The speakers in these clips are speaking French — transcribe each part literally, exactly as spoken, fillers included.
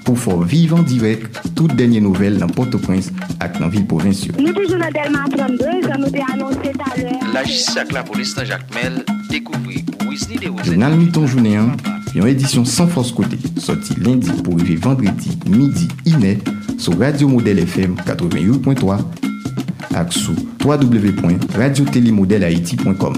pour faire vivre en direct toutes dernières nouvelles dans Port-au-Prince et dans ville provinciale. Nous toujours dans Delma trente-deux, ça nous a annoncé tout à l'heure. La justice avec la police dans Jacques Mel découvrit pour Wesley de Rosette. Journal Miton Journée un, une édition sans force côté, sorti lundi pour arriver vendredi midi iné sur Radio Modèle F M quatre-vingt-huit point trois et sur w w w point radio télé modèle haïti point com.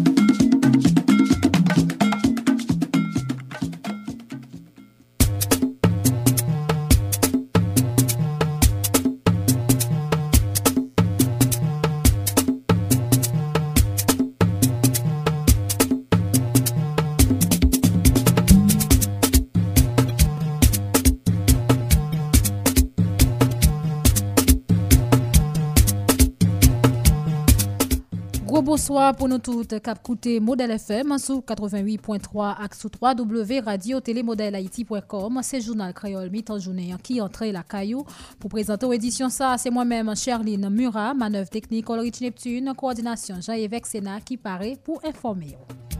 Bonsoir pour nous toutes, cap écouter Modèle F M sur quatre-vingt-huit point trois et sur w w w point radio télé modèle haïti point com. C'est journal créole Miton Journée qui entre la caillou pour présenter l'édition ça. C'est moi-même Cherline Murat, manœuvre technique Ulrich Neptune, coordination Jean-Évêque Sénat qui paraît pour informer.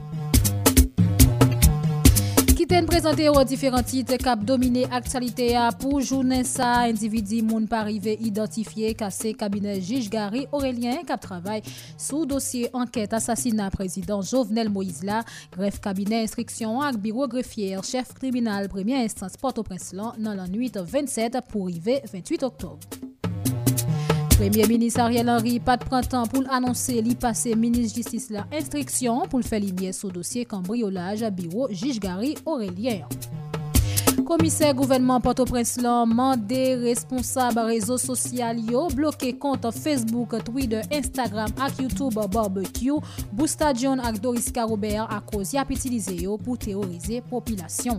Qui t'aime présenter aux différents titres cap dominé actualité pour journée ça individu moun pas arrivé identifié cassé cabinet juge Gary Aurélien cap travail sous dossier enquête assassinat président Jovenel Moïse là greffe cabinet instruction ak bureau greffier chef tribunal première instance Port-au-Prince dans la nuit vingt-sept pour arriver vingt-huit octobre. Premier ministre Ariel Henry pas de printemps pour annoncer li passé ministre justice la instruction pour faire lumière sur dossier cambriolage à bureau juge Gary Aurélien. Commissaire gouvernement Port-au-Prince mandé responsable réseaux sociaux bloqué compte Facebook, Twitter, Instagram et YouTube barbecue, Boustadion et Doris Robert à cause y a utilisé pour terroriser population.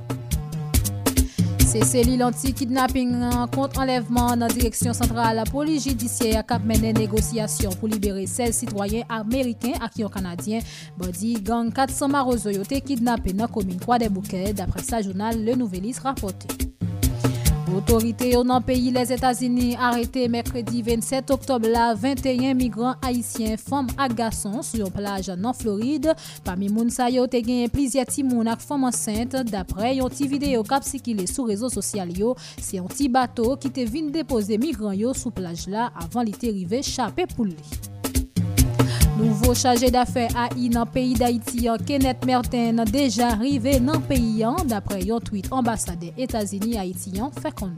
C'est Céline anti-kidnapping contre enlèvement dans direction centrale la police judiciaire qui a mené négociation pour libérer seize citoyens américains et qui sont canadiens. Body gang quatre cents marozo yote kidnappé dans la commune Croix-des-Bouquets d'après sa journal Le Nouvelis rapporté. Autorité dans le pays les États-Unis arrêté mercredi vingt-sept octobre là vingt et un migrants haïtiens femmes et garçons sur une plage en Floride. Parmi moun sa yo te gagné plusieurs ti moun ak femmes enceintes d'après yon ti vidéo k'ap circulé sur réseaux sociaux yo, c'est un petit bateau qui te vinn déposer migrants yo sous plage là avant li te rive chapé pour lui. Nouveau chargé d'affaires A I dans le pays d'Haïti, Kenneth Merten, déjà arrivé dans le pays d'après un tweet ambassadeur États-Unis haïtien fait connaître.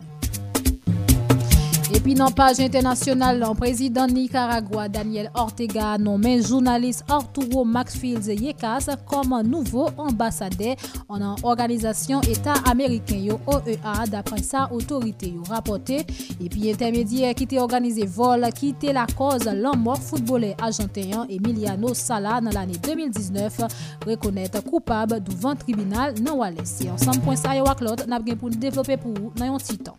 Et puis dans la page internationale, le président Nicaragua Daniel Ortega nommé journaliste Arturo Maxfield Yekas comme nouveau ambassadeur en organisation État américain O E A d'après sa autorité rapporté. Et puis intermédiaire qui était organisé vol qui était la cause l'homme footballeur argentin Emiliano Sala dans l'année deux mille dix-neuf reconnaître coupable devant tribunal dans Wallace. Ensemble point ça yo ak l'autre n'a bien pour développer pour vous dans un petit temps.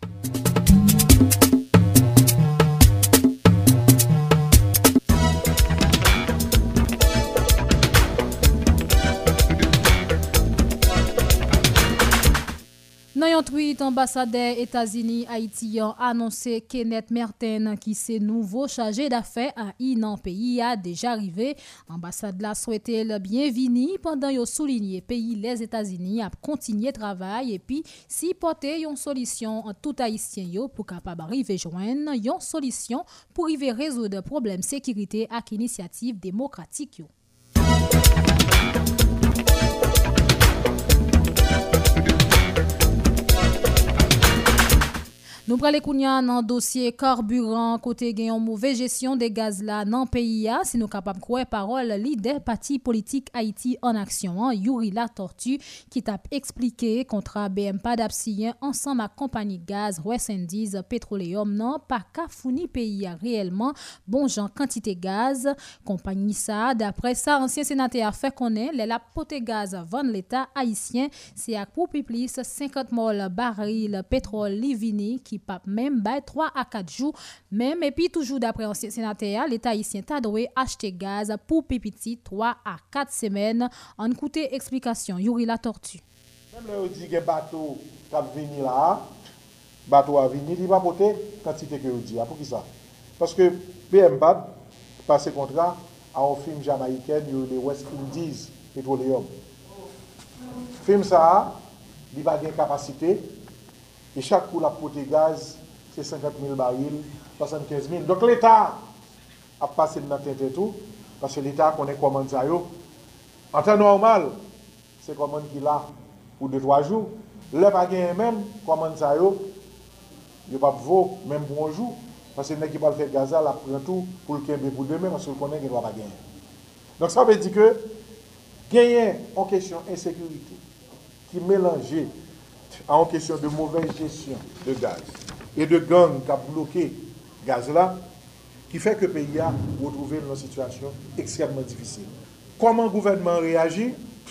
Dans un tweet, ambassadeur États-Unis haïtien annoncé Kenneth Merten qui c'est nouveau chargé d'affaires à I dans le pays a déjà arrivé. Ambassade la souhaité le bienvenue pendant yo souligné pays les États-Unis a continuer travail et puis si porter une solution en tout haïtien yo pour capable arriver joindre une solution pour arriver résoudre problème sécurité avec initiative démocratique yo. Nous prenons les kounya dans dossier carburant côté gagnant mauvaise gestion des gaz là dans pays a si nous capable croire parole leader parti politique Haïti en action Yuri La Tortue qui t'a expliqué contrat B M P A d'Apsien ensemble à compagnie gaz West Indies Petroleum non pas qu'à fournir pays a réellement bon genre quantité gaz compagnie ça d'après ça ancien sénateur a fait connaître les la poté gaz vendre l'état haïtien c'est à pour plus cinquante mille barils pétrole livini qui pas même ba trois à quatre jours même et puis toujours d'après ancien sénateur l'état haïtien t'a doué acheter gaz pour pipiti trois à quatre semaines en coûté explication Yuri La Tortue même là on dit que bateau qui venir là bateau a venir il va porter quantité que on dit pour qui ça parce que B M P A D passé contrat à un film jamaïcain les West Indies Petroleum film ça il va avoir capacité Et chaque coup la pote gaz, c'est cinquante mille barils, soixante-quinze mille. Donc l'État a passé dans tête et tout, parce que l'État connaît comment ça yo. En temps normal, c'est comment qu'il a pour deux trois jours. Le pas gagné même, comment ça yo, il pas vaut même pour un jour. Parce que les gens qui parlent de gaz, là, prend tout pour le quinze pour demain, parce qu'ils connaissent qu'il ne doit pas gagner. Donc ça veut dire que gagner en question d'insécurité, qui mélangé en question de mauvaise gestion de gaz et de gang qui a bloqué le gaz là, qui fait que le pays a retrouvé dans une situation extrêmement difficile. Comment le gouvernement réagit?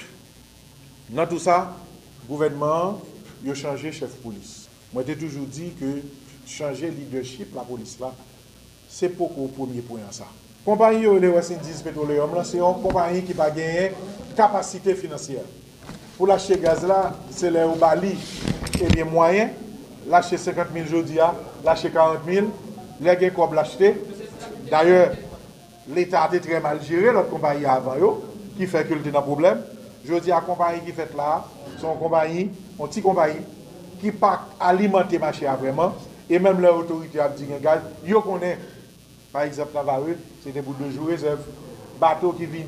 Dans tout ça, le gouvernement a changé chef de police. Moi, j'ai toujours dit que changer le leadership, la police là, c'est pour le premier point à ça. La compagnie de West Indies Petroleum, c'est une compagnie qui n'a pas gagné capacité financière. Pour lâcher gaz là, c'est les au Bali et bien moyen. Lâcher cinquante mille aujourd'hui, lâcher quarante mille, les gens qui l'acheter. D'ailleurs, l'État a été très mal géré, l'autre compagnie avant eux, qui fait que le dans problème. Je dis à la compagnie qui fait là, c'est une compagnie, une petite compagnie, qui pas alimenter le marché vraiment. Et même l'autorité a dit gaz, yo connaît. Par exemple, dans Vareux, c'était pour deux jours réserve. Bateau qui vient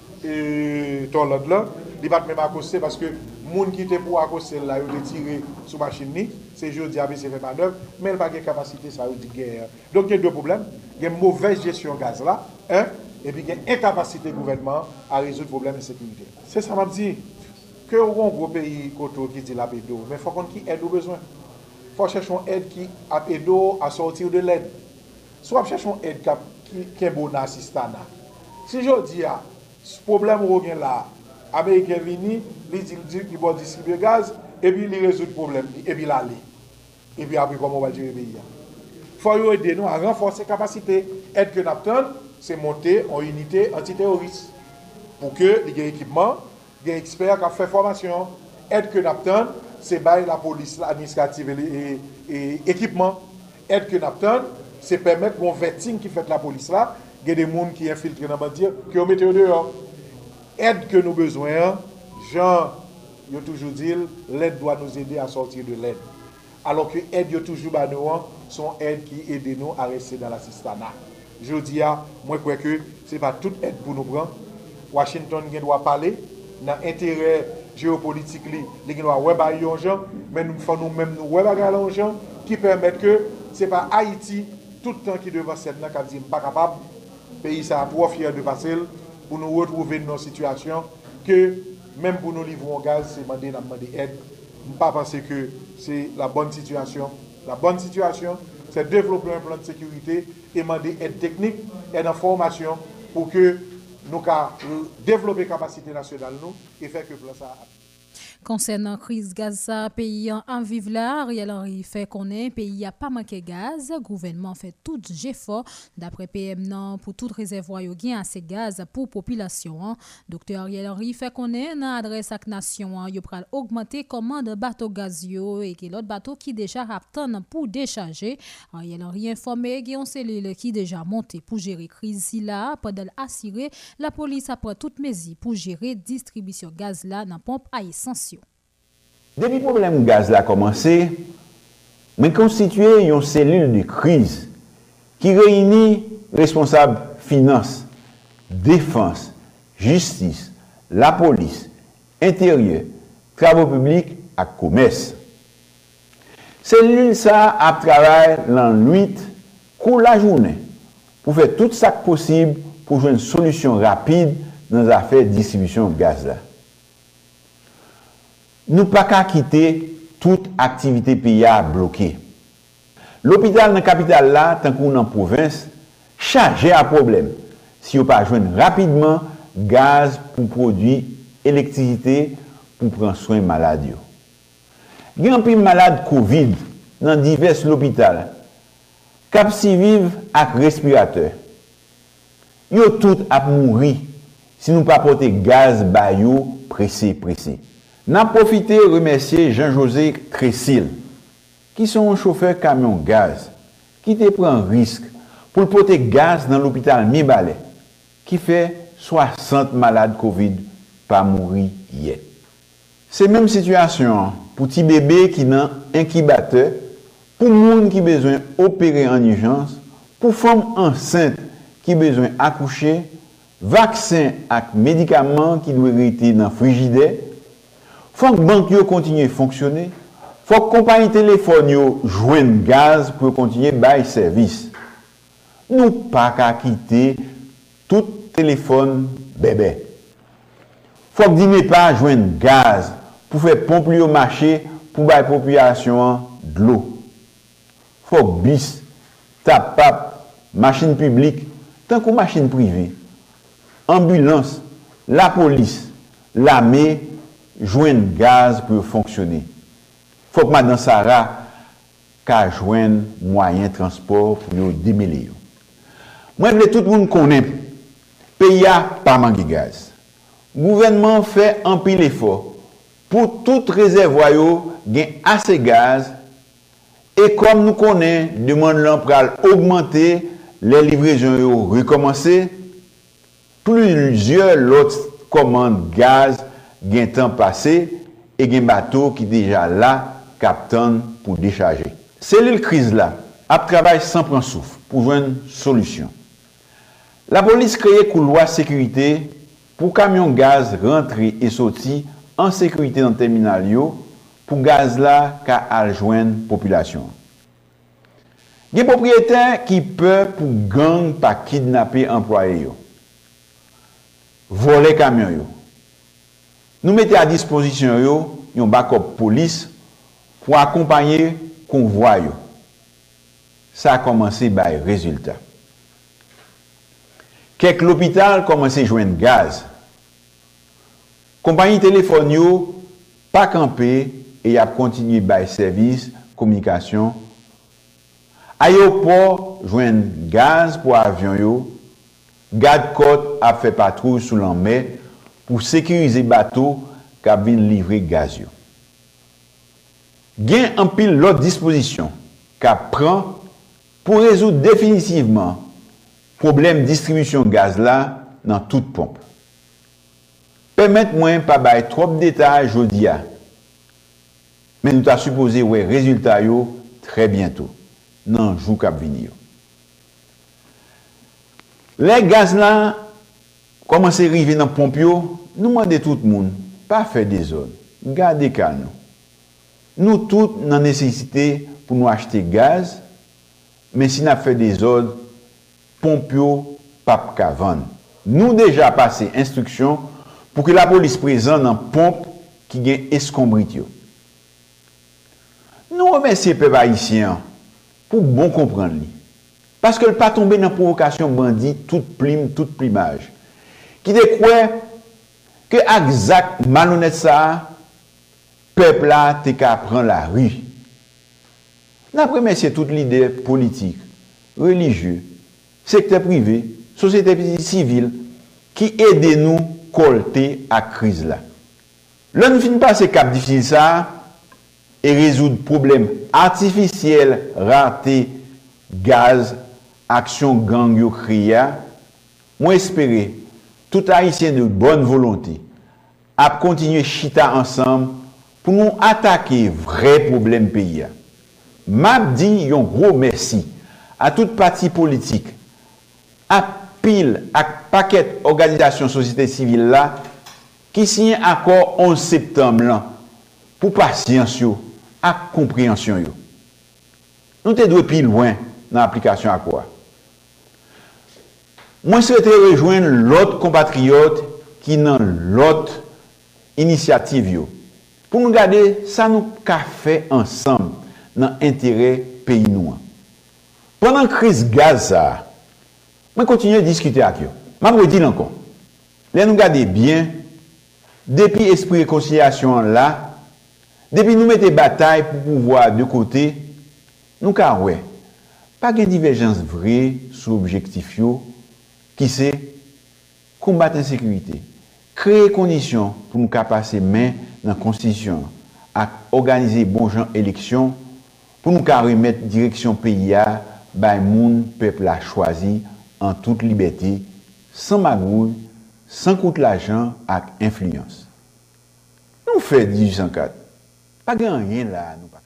et ton lot là, il va même accoster parce que les gens qui étaient pour accoster là, ils ont tiré sur la machine, c'est jeudi à fait manœuvre, mais il n'a pas de capacité, ça veut dire guerre. Donc il y a deux problèmes. Il y a une mauvaise gestion gaz là, hein, et puis il y a une incapacité du gouvernement à résoudre le problème de sécurité. C'est ça m'a dit que on a un gros pays qui dit la paix d'eau, mais il faut qu'on ait aide aux besoins. Il faut chercher une aide qui a aidé à sortir de l'aide. Soit chercher une aide qui est bonne assistance. Si je dis, ce problème est là, les Américains viennent, ils disent qu'ils vont distribuer gaz, et puis ils résolvent le problème, et puis ils allent. Et puis après, comment on va gérer le pays? Il faut aider nous à renforcer la capacité. Aide que nous avons, c'est monter en unité antiterroriste. Pour que les équipements, les experts qui ont fait formation, aide que nous avons, c'est bailler la police administrative et, et, et équipement. Aide que nous avons, c'est permettre mon vetting qui fait la police là. Il y a des gens qui infiltrent dans le bandier, qui ont mis dehors. Aide que nous avons besoin, Jean, il a toujours dit, l'aide doit nous aider à sortir de l'aide. Alors que l'aide, il y a toujours sont aides qui aident nous à rester dans l'assistanat. Je dis, moi, je crois que ce n'est pas toute aide pour nous prendre. Washington doit parler, dans l'intérêt géopolitique, il doit avoir des gens, mais nous faisons nous-mêmes nous avoir des gens qui permettent que ce n'est pas Haïti tout le temps qui devant cette là qui dit pas capable. Le pays ça trop fier de passer pour nous retrouver dans une situation que même pour nous livrer un gaz, c'est demander demander aide. Je ne pas penser que c'est la bonne situation. La bonne situation, c'est développer un plan de sécurité et demander aide technique, aide en formation pour que nous développer la capacité nationale nous et faire que le plan ça. Concernant la crise gaz, pays en vivre là, Ariel Henry fait qu'on est pays a pas manqué gaz, gouvernement fait tout effort d'après P M non pour tout réservoir yo gain assez gaz pour population. Docteur Ariel Henry fait qu'on est dans adresse à nation yo pral augmenter commande bateau gaz yo et que l'autre bateau qui déjà attend pour décharger. Ariel Henry informé qu'il y a une cellule qui déjà monté pour gérer crise là pendant assurer la police après toute mesure pour gérer distribution gaz là dans pompe à essence. Depuis le problème gaz a commencé, mais constitué une cellule de crise qui réunit responsables finances, défense, justice, la police, intérieur, travaux publics et commerce. Cellule ça a travaillé la nuit, court la journée, pour faire tout ça possible pour jouer une solution rapide dans les affaires de distribution de gaz là. Nous pas qu'à quitter toute activité pays à bloquer. L'hôpital dans la capitale là, tant qu'on en province, chargé à problème. Si on pas joindre rapidement gaz pour produire électricité pour prendre soin de malades. Il y a un peu de malades Covid dans divers hôpitaux. Cap si vivent avec respirateur. Yo tout a mourir si nous pas porter gaz bayou pressé pressé. N'a profité remercier Jean-José Cressil, qui sont un chauffeur camion gaz, qui te prend risque pour porter gaz dans l'hôpital Mibalais, qui fait soixante malades Covid pas mourir hier. Ces mêmes situations pour petit bébé qui dans incubateur, pour monde qui besoin opérer en urgence, pour femmes enceintes qui besoin accoucher, vaccin et médicaments qui doivent rester dans le frigidaire. Faut que banque yo continue à fonctionner. Faut que compagnie téléphone yo joigne gaz pour continuer bail service. Nous pas qu'à quitter tout téléphone bébé. Faut que dîner pas joindre gaz pour faire pompe au marché pour bail population de l'eau. Faut que bis, tapap, machine publique, tant que machine privée, ambulance, la police, l'armée joignent gaz pour fonctionner. Faut que Madame Sarah ka joigne moyen de transport pour yo démêler. Moi je veux tout le monde connaît pays a pas manqué gaz. Gouvernement fait un pile effort pour tout réservoir yo gain assez gaz et comme nous connaît demande l'empral augmenter les livraisons yo recommencer plusieurs autres commandes gaz gain temps passé et gain bateau qui déjà là captant pour décharger. Cellule crise là a travaillé sans prendre souffle pour joindre une solution. La police crée couloir sécurité pour camion gaz rentrer et sortir en sécurité dans le terminal yo pour gaz là qu'a rejoindre population. Des propriétaires qui peuvent pour gang pas kidnapper employés yo. Voler camion yo. Nous mettons à disposition yo un backup police pour accompagner convoi yo. Ça a commencé par résultat. Quelques l'hôpital commencé à joindre gaz. Compagnie téléphone yo pas campé et a continué par service communication. Aéroport joindre gaz pour avion yo. Garde côte a fait patrouille sous la mer pour sécuriser bateau qui viennent livrer gaz yo. Gen en pile l'autre disposition qu'a prend pour résoudre définitivement problème distribution gaz là dans toute pompe. Permettez-moi pas bailler trop de détails jodi a. Mais nous t'a supposé ouais résultat yo très bientôt dans jour qui venir. Les gaz là commence à arriver dans pompe yo, nous demandons tout le monde pas faire des zones, garder calme. Nous tous dans nécessité pour nous acheter gaz, mais si nous fait des ordres, pompe yo pas ka vendre. Nous déjà passé instruction pour que la police présente dans pompe qui gagne escombrit yo. Nous remercions les peuple haïtien pour bon comprendre li. Parce que le pas tomber dans provocation bandit toute plume, toute plumage. Qui décroit que exact malhonnête ça peuple là te ka prend la rue. N'a remercier toute l'idée politique, religieux, secteur privé, société civile qui aide nous colter à crise là. Là nous finissons passer cap difficile ça et résoudre problème artificiel raté gaz action gang yo créé. Moi espérer tout haïtien de bonne volonté à continuer chita ensemble pour nous attaquer vrai problème pays. M'a dit un gros merci à toute parti politique, à pile, à paquet organisation société civile là qui signe accord onze septembre là pour patience yo, à compréhension yo. Nous te doit plus loin dans l'application à quoi. Moi souhaite rejoindre l'autre compatriote qui dans l'autre initiative yo. Pour nous garder ça nous qu'a fait ensemble dans intérêt pays nous. Pendant la crise gaz ça, moi continue à discuter avec eux. Je vous dis encore. Là nous garder bien depuis esprit réconciliation là, depuis nous mettre bataille pour pouvoir de côté, nous car ouais, pas de divergence vraie sur objectif yo qui c'est combattre l'insécurité, créer conditions pour nous passer main dans la constitution, à organiser bon genre élection pour nous remettre direction pays à bay moun peuple a choisi en toute liberté, sans magouille, sans coût l'argent et influence. Nous fait dix-huit cent quatre. Pas grand rien là, nous pas.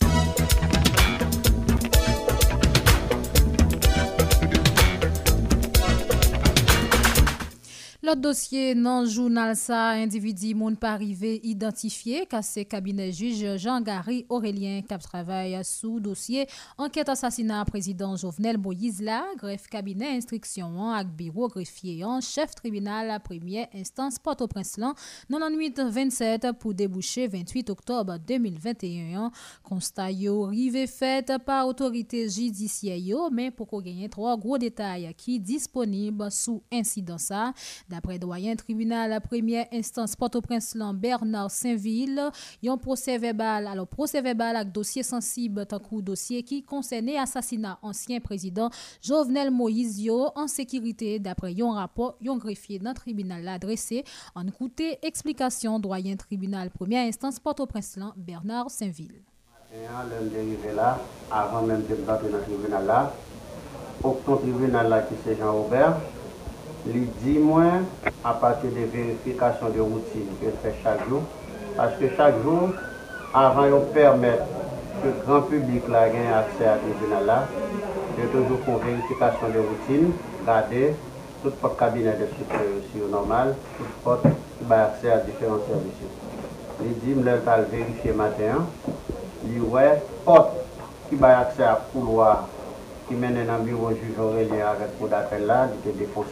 L'autre dossier dans le journal ça, individu moun pas arrivé identifié car c'est cabinet juge Jean-Gary Aurélien qui travaille sous dossier enquête assassinat président Jovenel Moïse là, greffe cabinet instruction avec bureau greffier en chef tribunal première instance Port-au-Prince lan quatre-vingt-dix-huit vingt-sept pour déboucher vingt-huit octobre deux mille vingt et un. Constat yo rivé fait par autorité judiciaire yo, mais pour qu'on gagne trois gros détails qui disponibles sous incident ça. D'après doyen tribunal première instance Port-au-Prince Bernard Saint-Ville, yon procès verbal alors procès verbal avec dossier sensible tant que dossier qui concernait assassinat ancien président Jovenel Moïse yo en sécurité d'après yon rapport yon greffier dans tribunal adressé en écouter explication doyen tribunal première instance Port-au-Prince Bernard Saint-Ville. L'homme dérivé là avant même de battre dans le tribunal là au tribunal là qui c'est Jean-Robert. Il dit moi à partir des vérifications de routine que je fais chaque jour, parce que chaque jour, avant de permettre que le grand public là ait accès à ce tribunal là, je toujours pour vérification de routine, garder tout le cabinet de structure normal, tout le porte qui a accès à différents services. Il dit je vais vérifier matin, il ouais porte qui a accès à couloir qui mène dans le bureau juge Aurélien avec pour d'appel là, il était défoncé.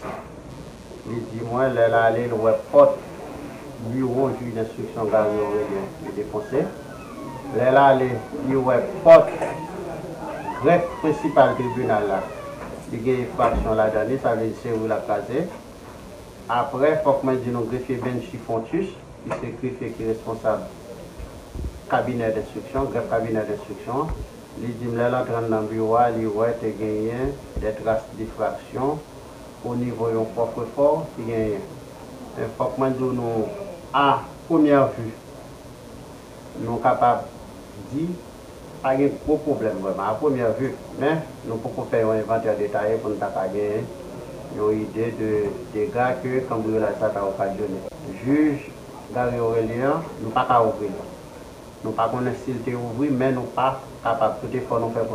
Il dit moi, elle est allée le porte bureau juge d'instruction Gary Aurélien, il est défoncé. Elle est allée le porte greffe principal tribunal là. Il y a une fraction là-dedans, ça veut dire c'est où la casée. Après, il faut que je dise non greffier Ben Chifontus, qui est greffier qui est responsable cabinet d'instruction, greffe cabinet d'instruction. Il dit que là, dans le bureau, il y a gagné des traces de diffraction au niveau de propre fort qui gagne. Il faut que nous, à première vue, nous sommes capables de dire qu'il n'y a pas de problème vraiment, à première vue. Mais nous pouvons faire un inventaire détaillé pour nous gagner une idée de dégâts que le cambriolage a occasionné. Juge Gary Aurélien, nous ne pouvons pas ouvrir. Nous ne pouvons pas connaître s'il était ouvert, mais nous ne sommes pas capables de tout effort nous faire.